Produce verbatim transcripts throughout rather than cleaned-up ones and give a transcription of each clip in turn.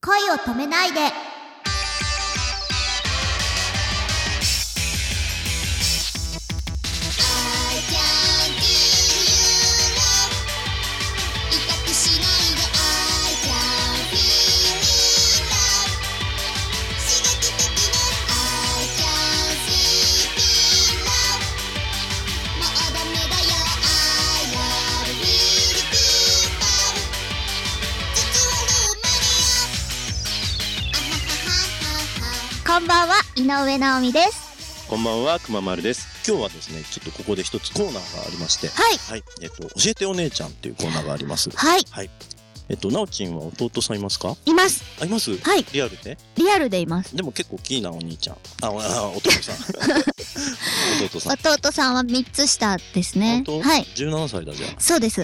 恋を止めないで。こんばんは、井上直美です。 こんばんは、くままるです。今日はですね、ちょっとここで一つコーナーがありまして、 はい、 はい、えっと教えてお姉ちゃんっていうコーナーがあります。 はい、 はい。えっとなおちんは弟さんいますか？ います。 あ、います。 はい。 リアルで？ リアルでいます。 でも結構キーなお兄ちゃん。あ、あ弟さん。弟さん。 弟さんはみっつ下ですね。はい。 じゅうななさいだじゃん。 そうです。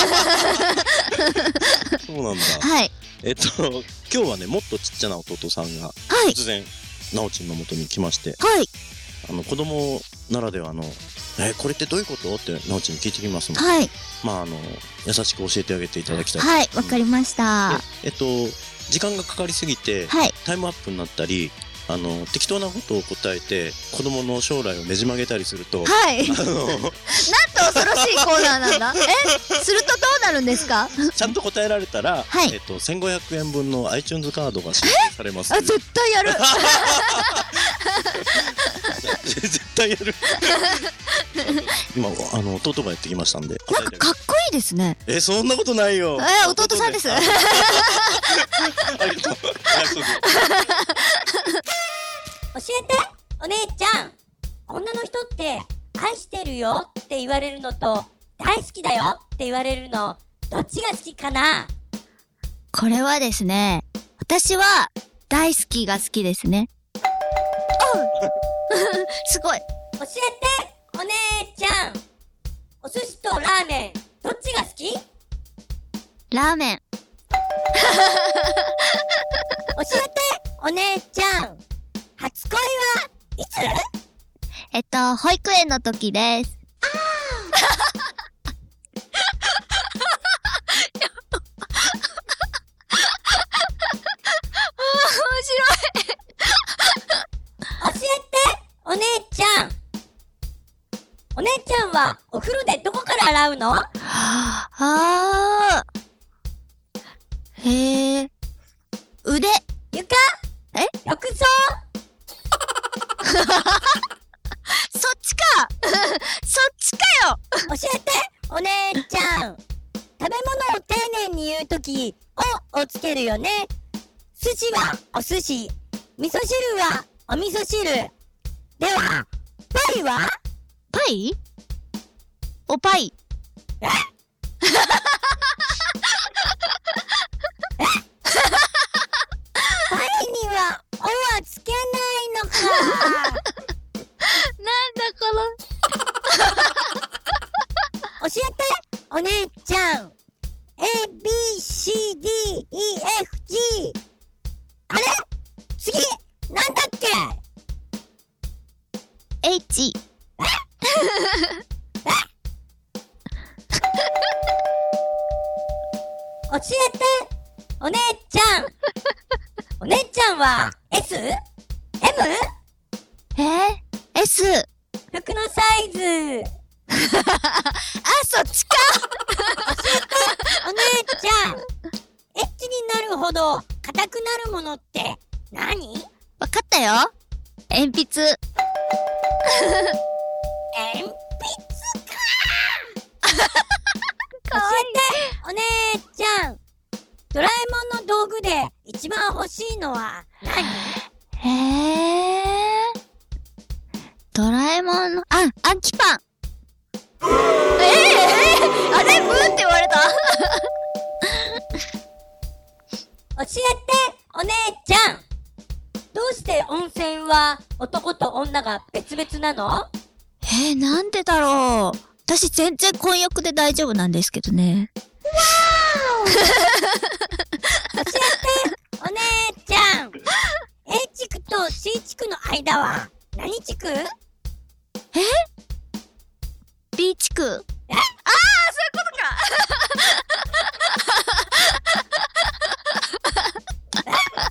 そうなんだ。 はい。 えっと今日はね、もっとちっちゃな弟さんが、はい、突然なおちんの元に来まして、 はい。 あの子供ならではの、えー、これってどういうことってなおちんに聞いてきますので、 はい。 まああの優しく教えてあげていただきたい。 はい、わかりました。 えっと時間がかかりすぎて、はい、タイムアップになったり、あの適当なことを答えて子供の将来をねじ曲げたりすると、 はい。あのなんと恐ろしいコーナーなんだ。え、するとどうなるんですか？ ちゃんと答えられたら、はい、えっとせんごひゃくえんぶんの iTunes カードが申請されます。 あ、絶対やる。 絶対やる。今あの弟がやってきましたんで。 なんかかっこいいですね。 え、そんなことないよ。 え、弟さんです。ありがとう。 教えてお姉ちゃん、女の人って愛してるよって言われるのと大好きだよって言われるの、どっちが好きかな？ これはですね、私は大好きが好きですね。すごい。 教えてお姉ちゃん、お寿司とラーメンどっちが好き？ ラーメン。 教えてお姉ちゃん、初恋はいつ？ えっと保育園の時です。あお姉ちゃん、お姉ちゃんはお風呂でどこから洗うの？ ああ、へえ、腕、 床、 え、 浴槽。 そっちか。そっちかよ。 教えてお姉ちゃん、食べ物を丁寧に言うとき「お」をつけるよね。寿司はお寿司、味噌汁はお味噌汁では、パイは？ パイ？おパイ。 え？パイにはおはつけないのか。 なんだこの。 教えてお姉ちゃん、 エービーシーディーイーエフジー。 あれ？次なんだっけ ？H。 教えてお姉ちゃん、お姉ちゃんは エス？ エム？ えー、S。 服のサイズ。 あ、そっちか。 教えてお姉ちゃん、エッチになるほど硬くなるものって何？ わかったよ。鉛筆。 鉛筆か。教えてお姉ちゃん、ドラえもんの道具で一番欲しいのは何？ へー、ドラえもんの、あ、暗記パン。えー、えー、あれブーって言われた。 教えてお姉ちゃん、どうして温泉は男と女が別々なの？ えー、なんでだろう。私全然混浴で大丈夫なんですけどね。 わー教えてお姉ちゃん、 A 地区と C 地区の間は何地区？ え？ B 地区。え？あー、そういうことか。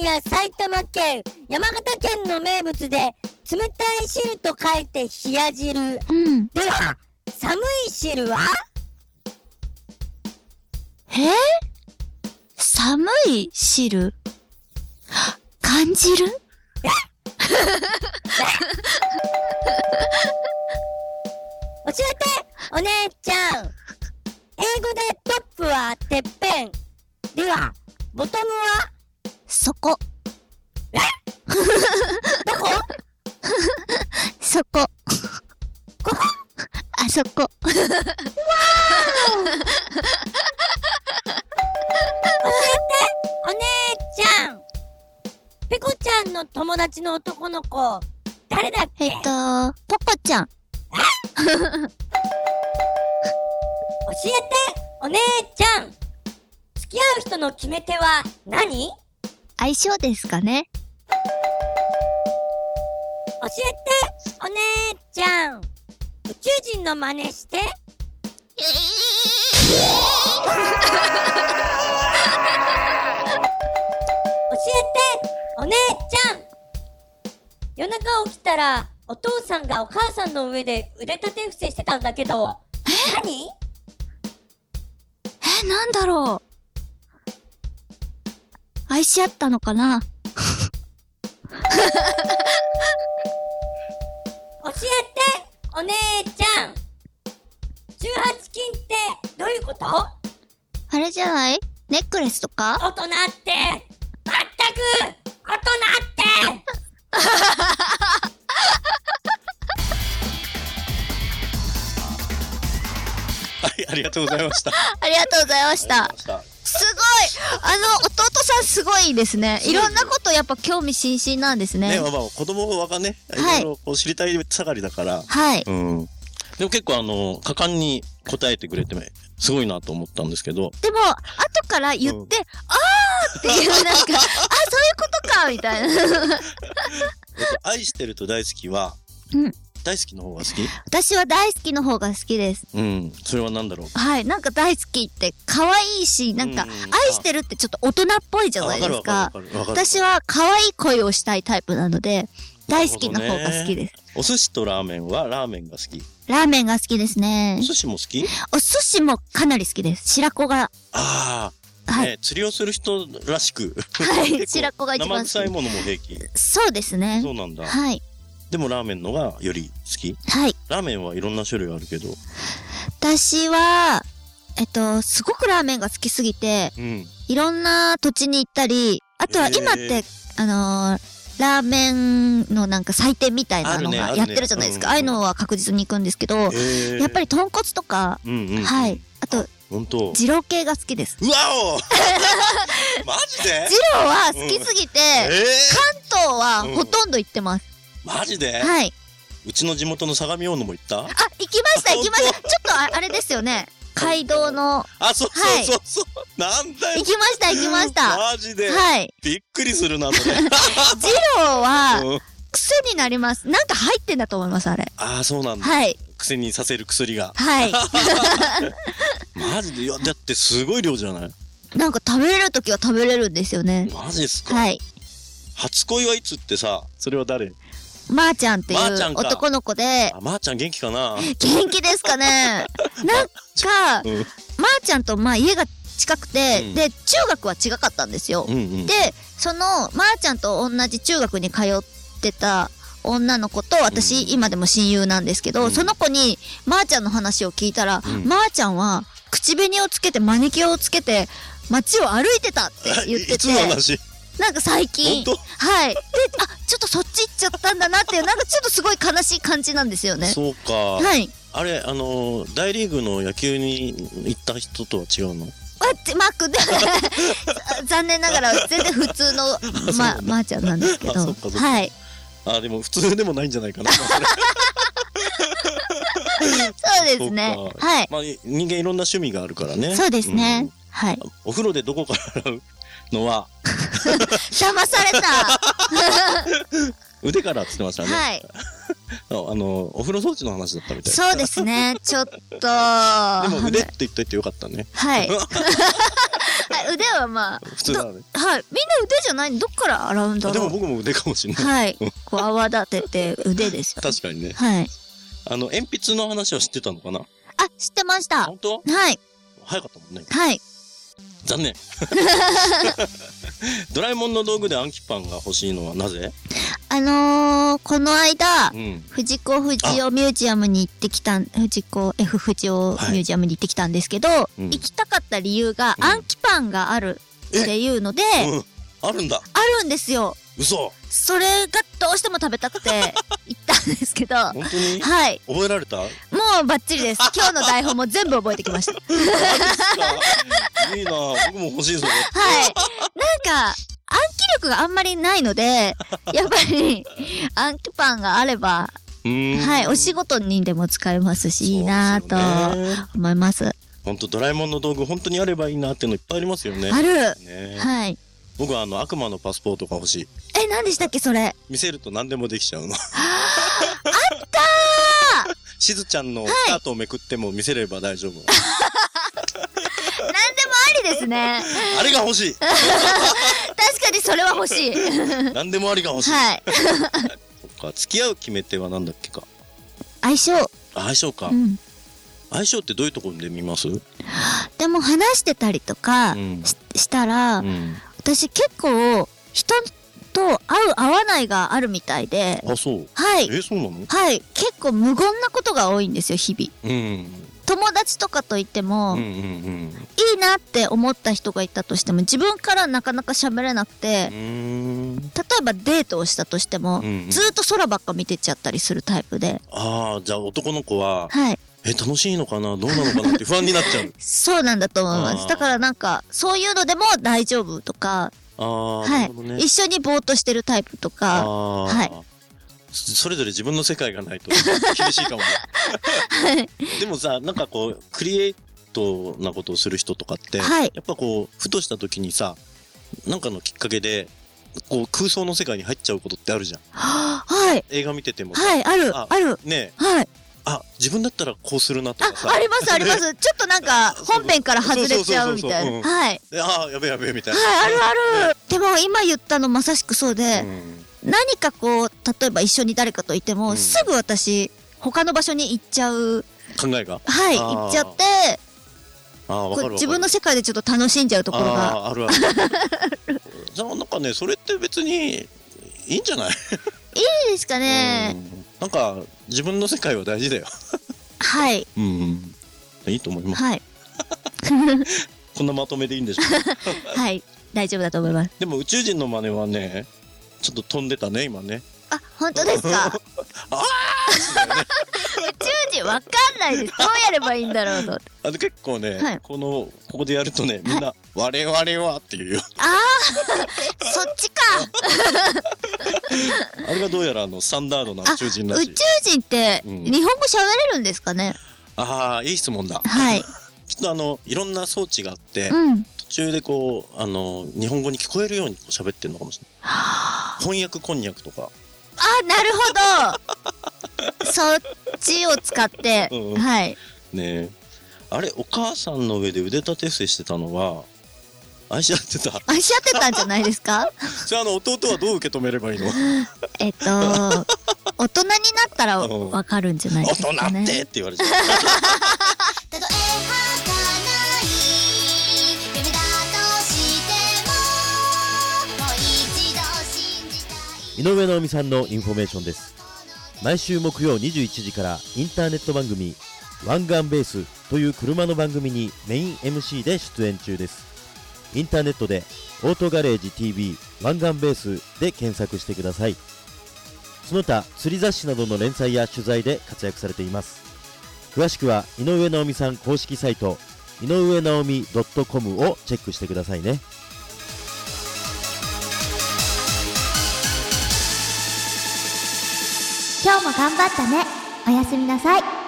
や埼玉県、山形県の名物で冷たい汁と書いて冷や汁、うん、では寒い汁は？ えー、寒い汁感じる？ 教えてお姉ちゃん。英語でトップはてっぺん。ではボトムは？ そこ。 えどこ？ そこ。 ここ？ あそこ。わー教えてお姉ちゃん。ペコちゃんの友達の男の子誰だっけ？ えっとポコちゃん。 教えてお姉ちゃん。付き合う人の決め手は何？ 相性ですかね。 教えてお姉ちゃん。宇宙人の真似して。教えてお姉ちゃん。夜中起きたらお父さんがお母さんの上で腕立て伏せしてたんだけど、何？ え、なんだろう。愛し合ったのかな。 教えてお姉ちゃん。じゅうはちきんってどういうこと？ あれじゃない？ネックレスとか？ 大人ってまったく大人ってはい、ありがとうございました。 ありがとうございました。すごい、あの弟さんすごいですね。いろんなことやっぱ興味津々なんですね。 ね、まあまあ子供がね、はい、いろいろこう知りたい盛りだから。はい。うん。でも結構あの果敢に答えてくれてすごいなと思ったんですけど。 でも後から言って、うん、あーっていうなんかあそういうことかみたいな。 えっと愛してると大好きは。うん。大好きの方が好き？ 私は大好きの方が好きです。 うん。それはなんだろう？ はい。なんか大好きって可愛いし、なんか愛してるってちょっと大人っぽいじゃないですか。私は可愛い恋をしたいタイプなので、大好きの方が好きです。 お寿司とラーメンはラーメンが好き？ ラーメンが好きですね。 お寿司も好き？ お寿司もかなり好きです。白子が。 ああ。はい、ね。釣りをする人らしく。 はい。白子が一番好き。 生臭いものも平気。 そうですね。 そうなんだ。 はい。 でもラーメンのがより好き？はい。ラーメンはいろんな種類あるけど。 私は、えっと、すごくラーメンが好きすぎて、うん、いろんな土地に行ったり、あとは今って、えー、あのー、ラーメンのなんか祭典みたいなのがやってるじゃないですか。あ, ねあ, ね、ああいうのは確実に行くんですけど、えー、やっぱり豚骨とか、うんうんうん、はい。あと、本当二郎系が好きです。 うわおマジで二郎は好きすぎて、うんえー、関東はほとんど行ってます。 うん、マジではい。 うちの地元の相模大野も行った？あ、 行きました行きました。ちょっと あ, あれですよね。街道の。 あ、そうそうそうそう。はい、なんだよ。 行きました行きました。 マジで。 はい。 びっくりするなそれ。 二郎は癖になります。なんか入ってんだと思いますあれ。 ああそうなんだ。 はい。 癖にさせる薬が。 はい。 マジでいやだってすごい量じゃない？ なんか食べれるときは食べれるんですよね。 マジですか？ はい。 初恋はいつってさ、それは誰？ まーちゃんっていう男の子で。 あ、まーちゃん元気かな？ 元気ですかね。なんか、うん、まーちゃんとまあ家が近くて、うん、で中学は違かったんですよ。うんうん、でそのまーちゃんと同じ中学に通ってた女の子と私、うん、今でも親友なんですけど、うん、その子にまーちゃんの話を聞いたら、うん、まーちゃんは口紅をつけてマニキュアをつけて街を歩いてたって言ってて。 いつの話？ なんか最近。はい。で、あ、ちょっとそっち行っちゃったんだなっていう、なんかちょっとすごい悲しい感じなんですよね。 そうか。はい。あれ、あのー、大リーグの野球に行った人とは違うの？ あ、マークで残念ながら全然普通のま、まーちゃんなんですけど。 そっかそっか。はい。あ、でも普通でもないんじゃないかな。そうですね。はい。 まあ人間いろんな趣味があるからね。 そうですね。うん、はい。 お風呂でどこから洗うのは騙された腕からっつってましたね。 はい。 あのお風呂掃除の話だったみたい。 そうですね、ちょっとでも腕って言っといてよかったね。 はい腕はまあ普通だね。はい、みんな腕じゃない、どっから洗うんだろう。 でも僕も腕かもしれない。 はいこう泡立てて腕ですよ。 確かにね。 はい。 あの鉛筆の話は知ってたのかな。 あ、知ってました。 本当？ はい。 早かったもんね。 はい。 残念ドラえもんの道具でアンキパンが欲しいのはなぜ？ あのー、この間、 うん、 藤子不二雄ミュージアムに行ってきた藤子 F 不二雄ミュージアムに行ってきたんですけど、はい、行きたかった理由が、うん、アンキパンがあるっていうので、 うん、あるんだ。 あるんですよ。 嘘。 それがどうしても食べたくて行ったんですけど本当に？ はい。 覚えられた？もうバッチリです。今日の台本も全部覚えてきましたいいな、僕も欲しいぞ。 はい。なんか暗記力があんまりないのでやっぱり暗記パンがあれば、はい、お仕事にでも使えますし、いいなと思います。 本当ドラえもんの道具本当にあればいいなっていうのいっぱいありますよね。 ある、 ね、 はい。 僕はあの悪魔のパスポートが欲しい。 え、何でしたっけそれ。 見せると何でもできちゃうの。あったー。 しずちゃんのスカートをめくっても見せれば大丈夫。何でもありですね。 あれが欲しい。 確かにそれは欲しい。 何でもありが欲しい。 はい。 そっか、付き合う決め手は何だっけか。 相性。 相性か。うん、相性ってどういうところで見ます？ でも話してたりとか し,、うん、したら、うん、私結構人と合う合わないがあるみたいで。 あ、そう。 はい。 え、そうなの？ はい。結構無言なことが多いんですよ、日々。うん。友達とかといっても、うんうんうん、いいなって思った人がいたとしても自分からなかなか喋れなくて、うーん、例えばデートをしたとしても、うんうん、ずっと空ばっか見てっちゃったりするタイプで。 ああ、じゃあ男の子は、 はい、 え、楽しいのかな、どうなのかなって不安になっちゃう。 そうなんだと思います。だからなんかそういうのでも大丈夫とか、あ、はい、なるほどね、一緒にぼーっとしてるタイプとか、はい、 それぞれ自分の世界がないと厳しいかもね。はい、でもさ、なんかこうクリエイトなことをする人とかって、はい、やっぱこうふとした時にさ、なんかのきっかけでこう空想の世界に入っちゃうことってあるじゃん。はい。映画見ててもさ、 はい、あるあるね。 はい。 あ、自分だったらこうするなとかさ。 あ、ありますあります。ちょっとなんか本編から外れちゃうみたいな。はい。 あ、やべやべみたいな。 はい、あるある。でも今言ったのまさしくそうで、うん、何かこう例えば一緒に誰かといても、うん、すぐ私他の場所に行っちゃう考えが、 はい、行っちゃって、あ、わかるわかる。自分の世界でちょっと楽しんじゃうところがあ, あるある。じゃあなんかね、それって別にいいんじゃない？いいですかね。 なんか自分の世界は大事だよ。 はい。 うん、いいと思います。 はい。 こんなまとめでいいんでしょうか？はい、大丈夫だと思います。 でも宇宙人の真似はね、ちょっと飛んでたね今ね。 あ、本当ですか？ああ、宇宙人わかんないです。どうやればいいんだろうと。 あの結構ね、はい、このここでやるとね、みんな、はい、我々はっていうよ。 ああ、そっちか。 あれがどうやらあのスタンダードな宇宙人らしい。 宇宙人って日本語喋れるんですかね？ うん、ああ、いい質問だ。 はい。 きっとあのいろんな装置があって、うん、途中でこうあの日本語に聞こえるようにこう喋ってるのかもしれない。翻訳こんにゃくとか。 あ、なるほど。そっちを使って、うん、はい。 ねえ、あれお母さんの上で腕立て伏せしてたのは愛し合ってた。 愛し合ってたんじゃないですか？ じゃああの弟はどう受け止めればいいの？ えっと大人になったらわかるんじゃないですかね。 大人ってって言われちゃう。 井上直美さんのインフォメーションです。毎週木曜にじゅういちじからインターネット番組ワンガンベースという車の番組にメイン エムシー で出演中です。インターネットでオートガレージ ティーブイ ワンガンベースで検索してください。その他釣り雑誌などの連載や取材で活躍されています。詳しくは井上直美さん公式サイト井上直美 .com をチェックしてくださいね。 今日も頑張ったね。おやすみなさい。